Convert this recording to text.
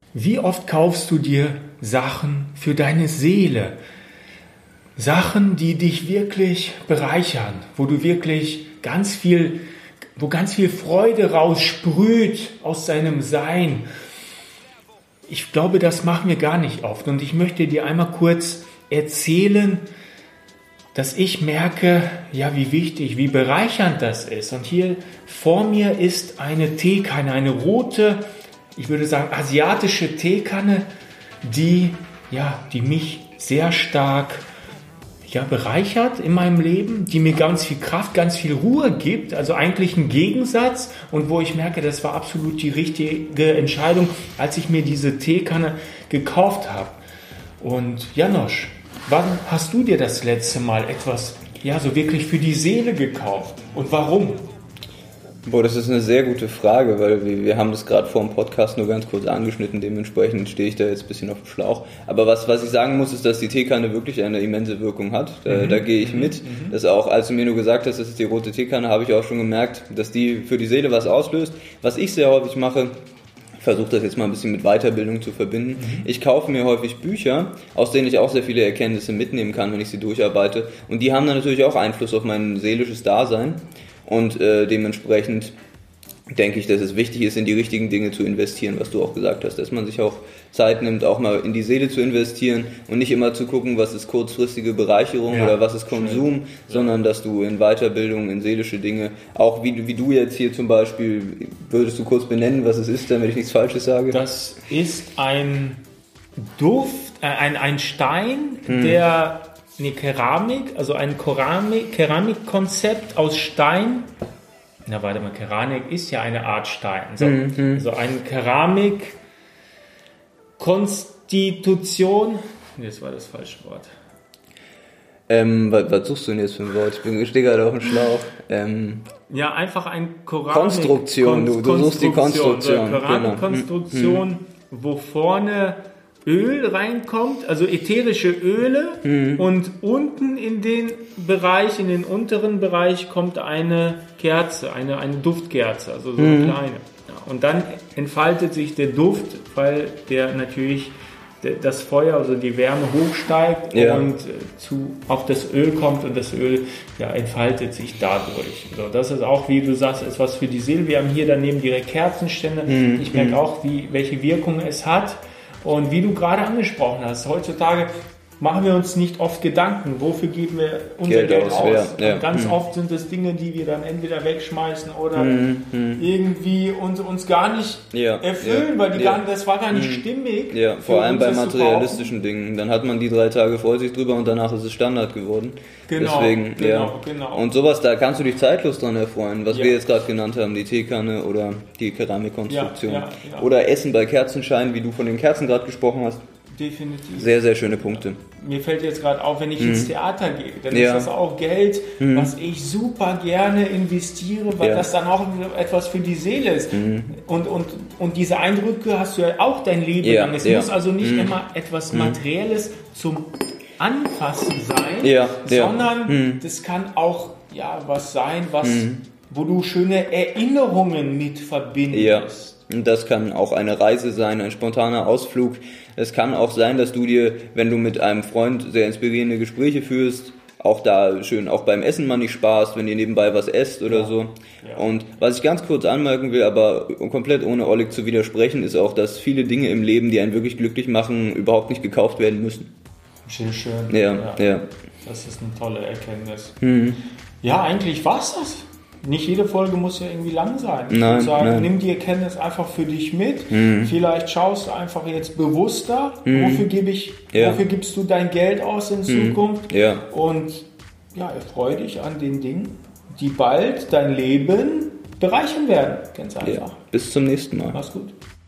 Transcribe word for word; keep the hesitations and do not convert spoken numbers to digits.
wie oft kaufst du dir Sachen für deine Seele? Sachen, die dich wirklich bereichern, wo du wirklich ganz viel, wo ganz viel Freude raussprüht aus deinem Sein. Ich glaube, das machen wir gar nicht oft. Und ich möchte dir einmal kurz erzählen, dass ich merke, ja, wie wichtig, wie bereichernd das ist. Und hier vor mir ist eine Teekanne, eine rote, ich würde sagen asiatische Teekanne, die, ja, die mich sehr stark ja, bereichert in meinem Leben, die mir ganz viel Kraft, ganz viel Ruhe gibt, also eigentlich ein Gegensatz und wo ich merke, das war absolut die richtige Entscheidung, als ich mir diese Teekanne gekauft habe. Und Janosch, wann hast du dir das letzte Mal etwas, ja, so wirklich für die Seele gekauft und warum? Boah, das ist eine sehr gute Frage, weil wir, wir haben das gerade vor dem Podcast nur ganz kurz angeschnitten, dementsprechend stehe ich da jetzt ein bisschen auf dem Schlauch. Aber was, was ich sagen muss, ist, dass die Teekanne wirklich eine immense Wirkung hat. Da, mhm. da gehe ich mit. Mhm. Das auch, als du mir nur gesagt hast, das ist die rote Teekanne, habe ich auch schon gemerkt, dass die für die Seele was auslöst. Was ich sehr häufig mache, ich versuche das jetzt mal ein bisschen mit Weiterbildung zu verbinden. Mhm. Ich kaufe mir häufig Bücher, aus denen ich auch sehr viele Erkenntnisse mitnehmen kann, wenn ich sie durcharbeite. Und die haben dann natürlich auch Einfluss auf mein seelisches Dasein. Und äh, dementsprechend denke ich, dass es wichtig ist, in die richtigen Dinge zu investieren, was du auch gesagt hast, dass man sich auch Zeit nimmt, auch mal in die Seele zu investieren und nicht immer zu gucken, was ist kurzfristige Bereicherung ja, oder was ist Konsum, schön. sondern dass du in Weiterbildung, in seelische Dinge, auch wie, wie du jetzt hier zum Beispiel, würdest du kurz benennen, was es ist, damit ich nichts Falsches sage? Das ist ein Duft, äh, ein, ein Stein, hm. der... eine Keramik, also ein Keramik, Keramikkonzept aus Stein. Na, warte mal, Keramik ist ja eine Art Stein. So, mhm. Also eine Keramikkonstitution. Nee, das war das falsche Wort. Ähm, was, was suchst du denn jetzt für ein Wort? Ich bin stehe gerade auf dem Schlauch. Ähm, ja, einfach ein Keramik... Konstruktion, du, du suchst die Konstruktion. So Keramikkonstruktion, mhm. wo vorne Öl reinkommt, also ätherische Öle mhm. und unten in den Bereich, in den unteren Bereich kommt eine Kerze, eine, eine Duftkerze, also so eine mhm. kleine. Ja, und dann entfaltet sich der Duft, weil der natürlich das Feuer, also die Wärme hochsteigt ja. und zu, auf das Öl kommt und das Öl ja, entfaltet sich dadurch. So, das ist auch, wie du sagst, etwas für die Seele. Wir haben hier daneben direkt Kerzenstände. Mhm. Ich merke auch, wie, welche Wirkung es hat. Und wie du gerade angesprochen hast, heutzutage machen wir uns nicht oft Gedanken, wofür geben wir unser Geld, Geld aus. aus. Ja. Ganz mhm. oft sind es Dinge, die wir dann entweder wegschmeißen oder mhm. irgendwie uns, uns gar nicht ja. erfüllen, ja. weil die ja. gar, das war gar nicht mhm. stimmig. Ja, vor allem bei materialistischen Dingen. Dann hat man die drei Tage vor sich drüber und danach ist es Standard geworden. Genau, Deswegen, genau, ja. genau. Und sowas, da kannst du dich zeitlos dran erfreuen, was ja. wir jetzt gerade genannt haben, die Teekanne oder die Keramikkonstruktion. Ja, ja, ja. Oder Essen bei Kerzenschein, wie du von den Kerzen gerade gesprochen hast. Definitiv. Sehr, sehr schöne Punkte. Mir fällt jetzt gerade auf, wenn ich mhm. ins Theater gehe, dann ja. ist das auch Geld, mhm. was ich super gerne investiere, weil ja. das dann auch etwas für die Seele ist. Mhm. Und, und, und diese Eindrücke hast du ja auch dein Leben ja. lang. Es ja. muss also nicht mhm. immer etwas Materielles zum Anfassen sein, ja. sondern mhm. das kann auch ja, was sein, was, mhm. wo du schöne Erinnerungen mit verbindest. Ja. Und das kann auch eine Reise sein, ein spontaner Ausflug. Es kann auch sein, dass du dir, wenn du mit einem Freund sehr inspirierende Gespräche führst, auch da schön, auch beim Essen mal nicht sparst, wenn ihr nebenbei was esst oder ja. so. Ja. Und was ich ganz kurz anmerken will, aber komplett ohne Oleg zu widersprechen, ist auch, dass viele Dinge im Leben, die einen wirklich glücklich machen, überhaupt nicht gekauft werden müssen. Schön, schön. Ja, ja. ja. Das ist eine tolle Erkenntnis. Mhm. Ja, eigentlich war's das. Nicht jede Folge muss ja irgendwie lang sein. Ich nein, würde sagen, nein. nimm die Erkenntnis einfach für dich mit. Mhm. Vielleicht schaust du einfach jetzt bewusster, mhm. wofür gebe ich, ja. wofür gibst du dein Geld aus in Zukunft? Mhm. Ja. Und ja, erfreue dich an den Dingen, die bald dein Leben bereichern werden. Ganz einfach. Ja. Bis zum nächsten Mal. Mach's gut.